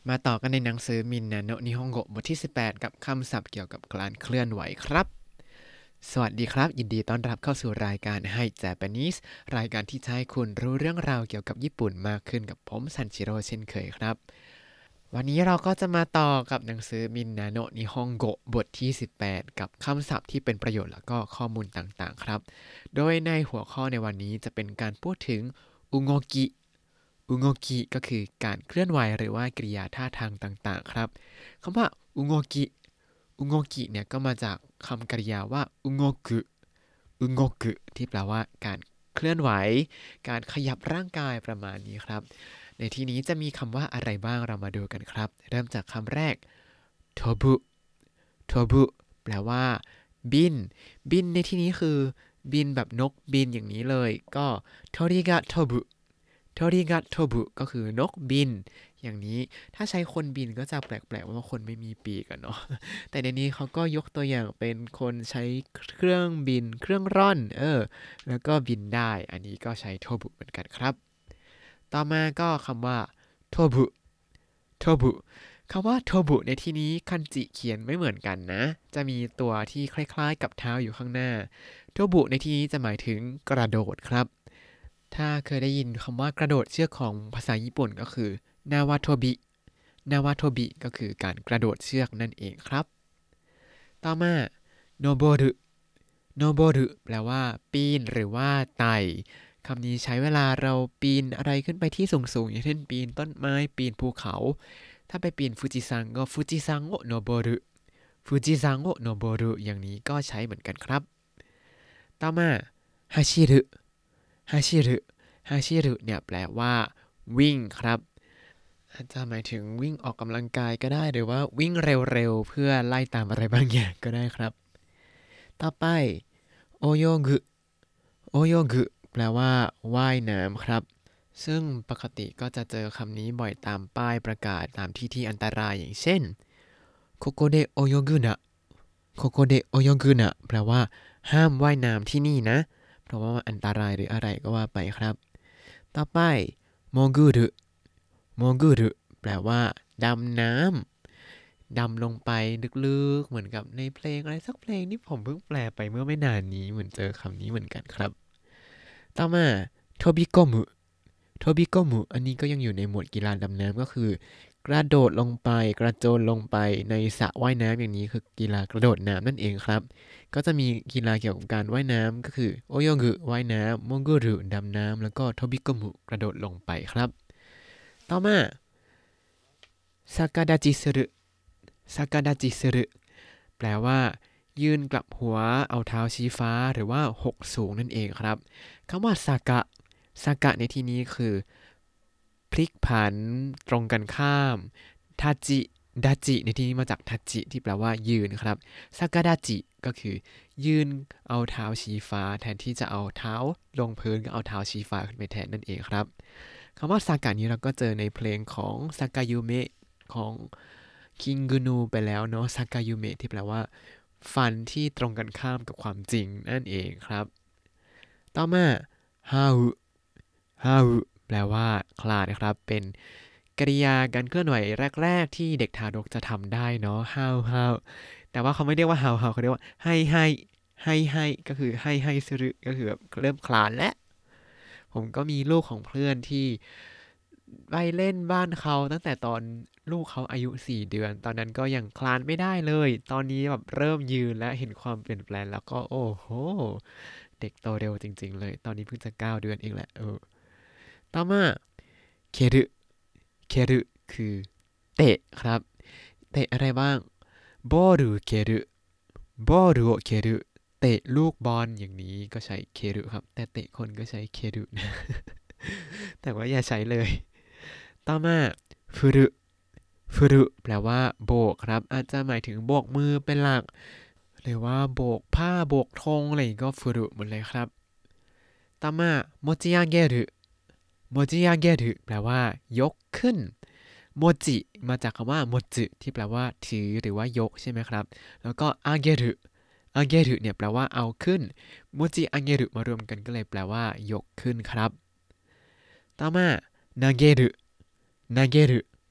มาต่อกันในหนังสือมินนาโนะนิฮงโกะบทที่18กับคำศัพท์เกี่ยวกับการเคลื่อนไหวครับสวัสดีครับยินดีต้อนรับเข้าสู่รายการ Hi Japanese รายการที่จะให้คุณรู้เรื่องราวเกี่ยวกับญี่ปุ่นมากขึ้นกับผมซันจิโร่เช่นเคยครับวันนี้เราก็จะมาต่อกับหนังสือมินนาโนะนิฮงโกะบทที่18กับคำศัพท์ที่เป็นประโยชน์แล้วก็ข้อมูลต่างๆครับโดยในหัวข้อในวันนี้จะเป็นการพูดถึงอุโงกิอุโงกิก็คือการเคลื่อนไหวหรือว่ากริยาท่าทางต่างๆครับคำว่าอุโงกิอุโงกิเนี่ยก็มาจากคำกริยาว่าอุโงกุอุโงกุที่แปลว่าการเคลื่อนไหวการขยับร่างกายประมาณนี้ครับในที่นี้จะมีคำว่าอะไรบ้างเรามาดูกันครับเริ่มจากคำแรกโทบุโทบุแปลว่าบินบินในที่นี้คือบินแบบนกบินอย่างนี้เลยก็โทริกะโทบุโทริกะโทบุก็คือนกบินอย่างนี้ถ้าใช้คนบินก็จะแปลกๆว่าคนไม่มีปีกอะเนาะแต่ในนี้เขาก็ยกตัวอย่างเป็นคนใช้เครื่องบินเครื่องร่อนแล้วก็บินได้อันนี้ก็ใช้โทบุเหมือนกันครับต่อมาก็คำว่าโทบุโทบุคำว่าโทบุในที่นี้คันจิเขียนไม่เหมือนกันนะจะมีตัวที่คล้ายๆกับเท้าอยู่ข้างหน้าโทบุในที่นี้จะหมายถึงกระโดดครับถ้าเคยได้ยินคำว่ากระโดดเชือกของภาษาญี่ปุ่นก็คือนาวาโทบินาวาโทบิก็คือการกระโดดเชือกนั่นเองครับต่อมาโนโบรุโนโบรุแปลว่าปีนหรือว่าไต่คำนี้ใช้เวลาเราปีนอะไรขึ้นไปที่สูงๆอย่างเช่นปีนต้นไม้ปีนภูเขาถ้าไปปีนฟูจิซังก็ฟูจิซังโอโนโบรุฟูจิซังโอโนโบรุอย่างนี้ก็ใช้เหมือนกันครับต่อมาฮาชิรุฮาชิรุฮาชิรุเนี่ยแปลว่าวิ่งครับอาจจะหมายถึงวิ่งออกกำลังกายก็ได้หรือว่าวิ่งเร็วๆเพื่อไล่ตามอะไรบางอย่างก็ได้ครับต่อไปโอโยกุโอโยกุแปลว่าว่ายน้ำครับซึ่งปกติก็จะเจอคำนี้บ่อยตามป้ายประกาศตามที่ที่อันตรายอย่างเช่นโคโคเดโอโยกุนะโคโคเดโอโยกุนะแปลว่าห้ามว่ายน้ำที่นี่นะเพราะว่าอันตรายหรืออะไรก็ว่าไปครับต่อไปโมกุรุโมกุรุแปลว่าดำน้ำดำลงไปลึกๆเหมือนกับในเพลงอะไรสักเพลงที่ผมเพิ่งแปลไปเมื่อไม่นานนี้เหมือนเจอคำนี้เหมือนกันครับต่อมาโทบิโกมุโทบิโกมุอันนี้ก็ยังอยู่ในหมวดกีฬาดำน้ำก็คือกระโดดลงไปกระโจนลงไปในสระว่ายน้ำอย่างนี้คือกีฬากระโดดน้ำนั่นเองครับก็จะมีกีฬาเกี่ยวกับการว่ายน้ำก็คือโอโยกุว่ายน้ำโมกุรุดำน้ำแล้วก็โทบิโกมุกระโดดลงไปครับต่อมาซากาดาจิสึรุซากาดาจิสึรุแปลว่ายืนกลับหัวเอาเท้าชี้ฟ้าหรือว่าหกสูงนั่นเองครับคำว่าซากะในที่นี้คือพลิกผันตรงกันข้ามทาจิดาจิในที่นี้มาจากทาจิที่แปลว่ายืนครับซากาดาจิก็คือยืนเอาเท้าชี้ฟ้าแทนที่จะเอาเท้าลงพื้นก็เอาเท้าชี้ฟ้าขึ้นไปแทนนั่นเองครับคำว่าซากะนี้เราก็เจอในเพลงของซากายุเมะของคิงกุนูไปแล้วเนาะซากายุเมะที่แปลว่าฟันที่ตรงกันข้ามกับความจริงนั่นเองครับต่อมาฮาอุฮาอุแปลว่าคลานนะครับเป็นกริยาการเคลื่อนไหวแรกๆที่เด็กทารกจะทำได้เนาะฮาวฮาวแต่ว่าเขาไม่เรียกว่าฮาวฮาวเขาเรียกว่าให้ก็คือให้ซึรุก็คือแบบเริ่มคลานแล้วผมก็มีลูกของเพื่อนที่ไปเล่นบ้านเขาตั้งแต่ตอนลูกเขาอายุ4 เดือนตอนนั้นก็ยังคลานไม่ได้เลยตอนนี้แบบเริ่มยืนและเห็นความเปลี่ยนแปลงแล้วก็โอ้โหเด็กโตเร็วจริงๆเลยตอนนี้เพิ่งจะ9 เดือนเองแหละต่อมาเครุเครุคือเตะครับเตะอะไรบ้างบอลเครุบอลเครุเตะลูกบอลอย่างนี้ก็ใช้เครุครับแต่เตะคนก็ใช้เครุนะแต่ว่าอย่าใช้เลยต่อมาฟุรุฟุรุแปลว่าโบกครับอาจจะหมายถึงโบกมือเป็นหลักหรือว่าโบกผ้าโบกธงอะไรก็ฟุรุหมดเลยครับต่อมาโมจิอาเกรุโมจิอาเกรุแปลว่ายกขึ้น โมจิมาจากคำว่าโมจิที่แปลว่าถือหรือว่ายกใช่ไหมครับแล้วก็อาเกรุอาเกรุเนี่ยแปลว่าเอาขึ้นโมจิอาเกรุมารวมกันก็เลยแปลว่ายกขึ้นครับต่อมานาเกรุนาเกรุ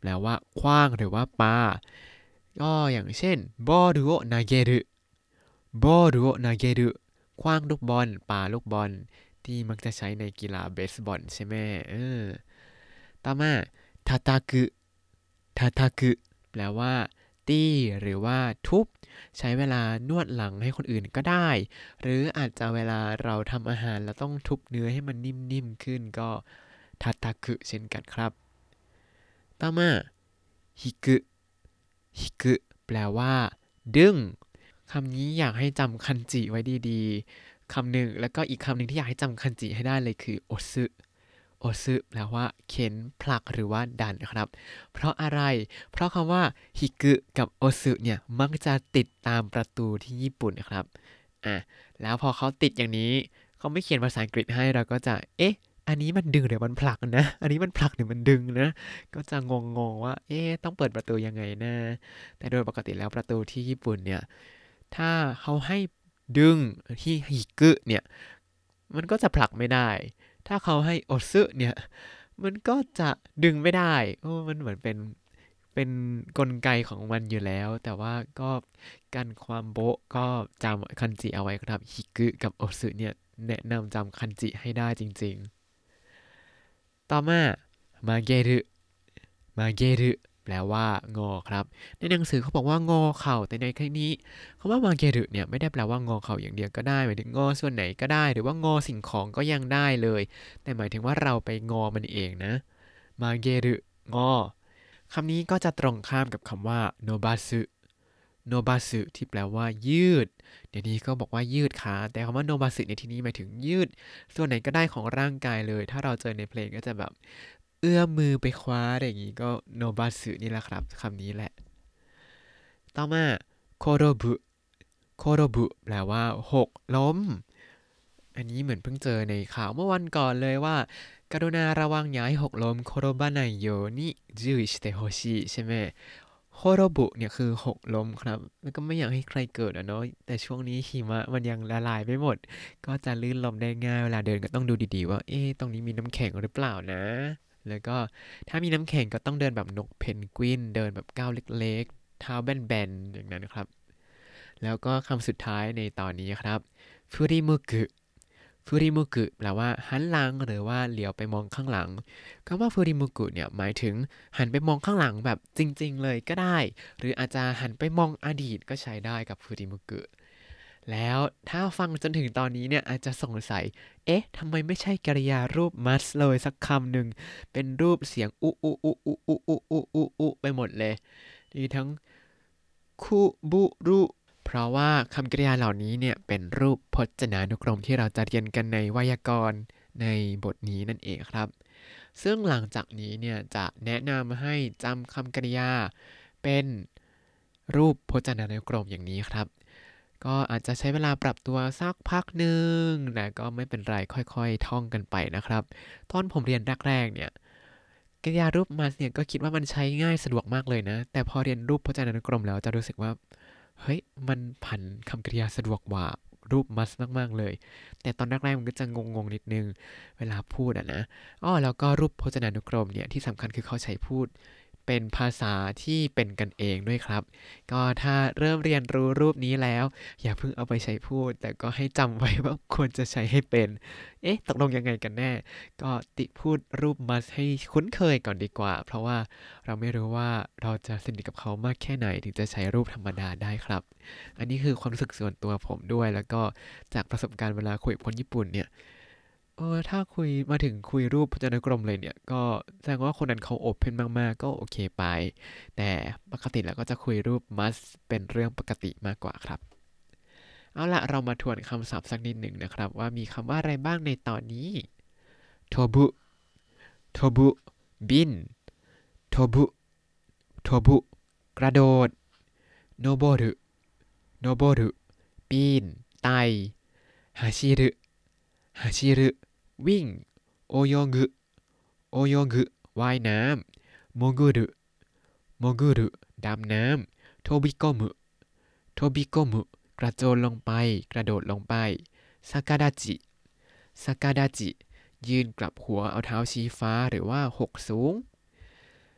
แปลว่าขว้างหรือว่าปาก็อย่างเช่นบอลโอนาเกรุบอลโอนาเกรุขว้างลูกบอลปาลูกบอลที่มักจะใช้ในกีฬาเบสบอลใช่ไหมต่อมาทาตากุทาตากุแปลว่าตีหรือว่าทุบใช้เวลานวดหลังให้คนอื่นก็ได้หรืออาจจะเวลาเราทำอาหารแล้วต้องทุบเนื้อให้มันนิ่มๆขึ้นก็ทาตากุเช่นกันครับต่อมาฮิกุฮิกุแปลว่าดึงคำนี้อยากให้จำคันจิไว้ดีๆคำหนึ่งแล้วก็อีกคำหนึ่งที่อยากให้จำคันจิให้ได้เลยคือโอซึโอซึแปลว่าเข็นผลักหรือว่าดันครับเพราะอะไรเพราะคำว่าฮิกุกับโอซึเนี่ยมักจะติดตามประตูที่ญี่ปุ่นนะครับแล้วพอเขาติดอย่างนี้เขาไม่เขียนภาษาอังกฤษให้เราก็จะอันนี้มันดึงหรือมันผลักนะอันนี้มันผลักหรือมันดึงนะก็จะงงๆว่าต้องเปิดประตูยังไงนะแต่โดยปกติแล้วประตูที่ญี่ปุ่นเนี่ยถ้าเขาให้ดึงที่ฮิกุเนี่ยมันก็จะผลักไม่ได้ถ้าเขาให้โอซึเนี่ยมันก็จะดึงไม่ได้มันเหมือนเป็นกลไกของมันอยู่แล้วแต่ว่าก็กันความโบ๊ะก็จำคันจิเอาไว้ครับฮิกุกับโอซึเนี่ยแนะนำจำคันจิให้ได้จริงๆต่อมามาเกรุมาเกรุแปลว่างอครับในหนังสือเขาบอกว่างอเข่าแต่ในครั้งนี้คำว่ามาเกรุเนี่ยไม่ได้แปลว่างอเข่าอย่างเดียวก็ได้หมายถึงงอส่วนไหนก็ได้หรือว่างอสิ่งของก็ยังได้เลยแต่หมายถึงว่าเราไปงอมันเองนะมาเกรุงอคำนี้ก็จะตรงข้ามกับคำว่าโนบาสึโนบาสึที่แปลว่ายืดเดี๋ยวนี้ก็บอกว่ายืดขาแต่คำว่าโนบาสึในที่นี้หมายถึงยืดส่วนไหนก็ได้ของร่างกายเลยถ้าเราเจอในเพลงก็จะแบบเอื้อมมือไปคว้าอะไรอย่างงี้ก็โนบาสึนี่แหละครับคำนี้แหละต่อมาโคโรบุโคโรบุแปลว่าหกล้มอันนี้เหมือนเพิ่งเจอในข่าวเมื่อวันก่อนเลยว่ากรุณาระวังอย่าให้หกล้มโคโรบะไนโยนิจูอิชิเตโฮชิใช่ไหม โคโรบุเนี่ยคือหกล้มครับแล้วก็ไม่อยากให้ใครเกิดเนาะแต่ช่วงนี้หิมะมันยังละลายไม่หมดก็จะลื่นล้มได้ง่ายเวลาเดินก็ต้องดูดีๆว่าตรงนี้มีน้ำแข็งหรือเปล่านะแล้วก็ถ้ามีน้ำแข็งก็ต้องเดินแบบนกเพนกวินเดินแบบก้าวเล็กๆเท้าแบนๆอย่างนั้นครับแล้วก็คำสุดท้ายในตอนนี้ครับฟูริมุกุฟูริมุกุแปลว่าหันหลังหรือว่าเหลียวไปมองข้างหลังคำว่าฟูริมุกุเนี่ยหมายถึงหันไปมองข้างหลังแบบจริงๆเลยก็ได้หรืออาจจะหันไปมองอดีตก็ใช้ได้กับฟูริมุกุแล้วถ้าฟังจนถึงตอนนี้เนี่ยอาจจะสงสัยทำไมไม่ใช่กริยารูป must เลยสักคำหนึ่งเป็นรูปเสียงอุอุอุอุอุอุอุอุอุไปหมดเลยมีทั้งคุบุรุเพราะว่าคำกริยาเหล่านี้เนี่ยเป็นรูปพจนานุกรมที่เราจะเรียนกันในไวยากรณ์ในบทนี้นั่นเองครับซึ่งหลังจากนี้เนี่ยจะแนะนำให้จำคำกริยาเป็นรูปพจนานุกรมอย่างนี้ครับก็อาจจะใช้เวลาปรับตัวสักพักหนึ่งแต่ก็ไม่เป็นไรค่อยๆท่องกันไปนะครับตอนผมเรียนแรกๆเนี่ยกริยารูปมาเนี่ยก็คิดว่ามันใช้ง่ายสะดวกมากเลยนะแต่พอเรียนรูปพจนานุกรมแล้วจะรู้สึกว่าเฮ้ยมันผันคำกริยาสะดวกกว่ารูป must มากๆเลยแต่ตอนแรกๆมันก็จะงงๆนิดนึงเวลาพูดนะแล้วก็รูปพจนานุกรมเนี่ยที่สำคัญคือเขาใช้พูดเป็นภาษาที่เป็นกันเองด้วยครับก็ถ้าเริ่มเรียนรู้รูปนี้แล้วอย่าเพิ่งเอาไปใช้พูดแต่ก็ให้จำไว้ว่าควรจะใช้ให้เป็นตกลงยังไงกันแน่ก็ติพูดรูป must ให้คุ้นเคยก่อนดีกว่าเพราะว่าเราไม่รู้ว่าเราจะสนิทกับเขามากแค่ไหนถึงจะใช้รูปธรรมดาได้ครับอันนี้คือความรู้สึกส่วนตัวผมด้วยแล้วก็จากประสบการณ์เวลาคุยกับคนญี่ปุ่นเนี่ยถ้าคุยมาถึงคุยรูปพจนานุกรมเลยเนี่ยก็แสดงว่าคนนั้นเขาโอเพนมากๆก็โอเคไปแต่ปกติแล้วก็จะคุยรูป must เป็นเรื่องปกติมากกว่าครับเอาละเรามาทวนคำศัพท์สักนิดหนึ่งนะครับว่ามีคำว่าอะไรบ้างในตอนนี้โทบุโทบุบินโทบุโทบุกระโดดโนโบรุโนโบรุปีนไต่ฮาชิรุฮาชิรุวิ่งโอโยกุโอโยกุว่ายน้ำโมกุรุโมกุรุดำน้ำโทบิโกมุโทบิโกมุกระโจนลงไปกระโดดลงไปซากาดาจิซากาดาจิยืนกลับหัวเอาเท้าชี้ฟ้าหรือว่าหกสูง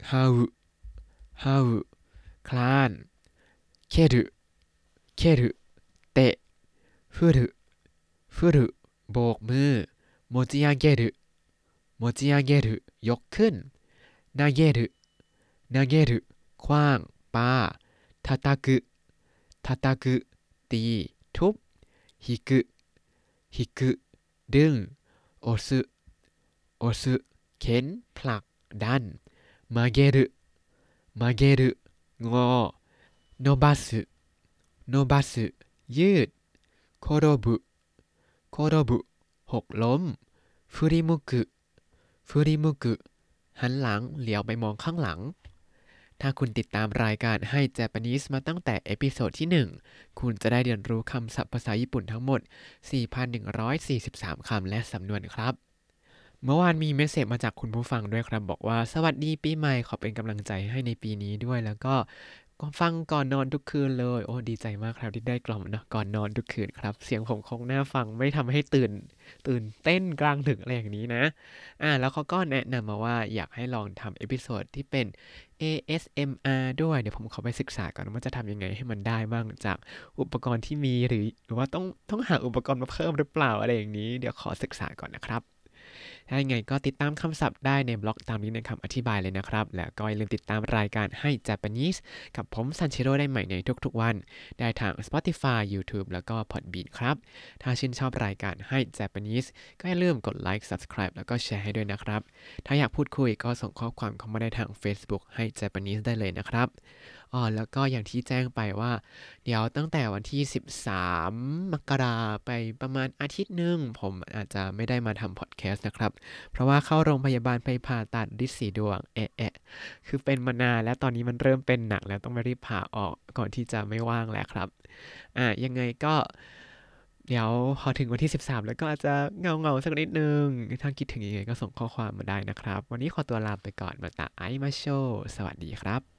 ฮาฮาคลานเครุเครุเตะฟุรุฟุรุโบกมือโมจิอาเกรุโมจิอาเกรุยกขึ้นนาเกรุนาเกรุขว้างปาทาตากุทาตากุตีทุบฮิกุฮิกุดึงโอซุโอซุเข็นผลักดันมาเกรุมาเกรุงอโนบาสึโนบาสึยืดโคโรบุโคโรบุหกล้มฟุริมุกุฟุริมุกุหันหลังเหลียวไปมองข้างหลังถ้าคุณติดตามรายการให้ Japanese มาตั้งแต่เอพิโซดที่1คุณจะได้เรียนรู้คำศัพท์ภาษาญี่ปุ่นทั้งหมด 4,143 คำและสำนวนครับเมื่อวานมีเมสเสจมาจากคุณผู้ฟังด้วยครับบอกว่าสวัสดีปีใหม่ขอเป็นกำลังใจให้ในปีนี้ด้วยแล้วก็ฟังก่อนนอนทุกคืนเลยโอ้ดีใจมากครับที่ได้กล่อมนะก่อนนอนทุกคืนครับเสียงผมคงน่าฟังไม่ทำให้ตื่นเต้นกลางดึกอะไรอย่างนี้นะแล้วเขาก็แนะนำมาว่าอยากให้ลองทำเอพิโซดที่เป็น ASMR ด้วยเดี๋ยวผมขอไปศึกษาก่อนว่าจะทำยังไงให้มันได้บ้างจากอุปกรณ์ที่มีหรือว่าต้องหาอุปกรณ์มาเพิ่มหรือเปล่าอะไรอย่างนี้เดี๋ยวขอศึกษาก่อนนะครับถ้าอย่างไรก็ติดตามคำศัพท์ได้ในบล็อกตามลิงก์ในคำอธิบายเลยนะครับแล้วก็อย่าลืมติดตามรายการให้ Japanese กับผมซันชิโร่ได้ใหม่ในทุกๆวันได้ทาง Spotify YouTube แล้วก็ Podbean ครับถ้าชื่นชอบรายการให้ Japanese ก็อย่าลืมกดไลค์ Subscribe แล้วก็แชร์ให้ด้วยนะครับถ้าอยากพูดคุยก็ส่งข้อความเข้ามาได้ทาง Facebook ให้ Japanese ได้เลยนะครับแล้วก็อย่างที่แจ้งไปว่าเดี๋ยวตั้งแต่วันที่13มกราไปประมาณอาทิตย์หนึ่งผมอาจจะไม่ได้มาทำพอดแคสต์นะครับเพราะว่าเข้าโรงพยาบาลไปผ่าตัดริดสีดวงคือเป็นมานานแล้วตอนนี้มันเริ่มเป็นหนักแล้วต้องไปรีบผ่าออกก่อนที่จะไม่ว่างแล้วครับยังไงก็เดี๋ยวพอถึงวันที่13แล้วก็อาจจะเงาสักนิดนึงถ้าคิดถึงยังไงก็ส่งข้อความมาได้นะครับวันนี้ขอตัวลาไปก่อนมาตาไอมาโชสวัสดีครับ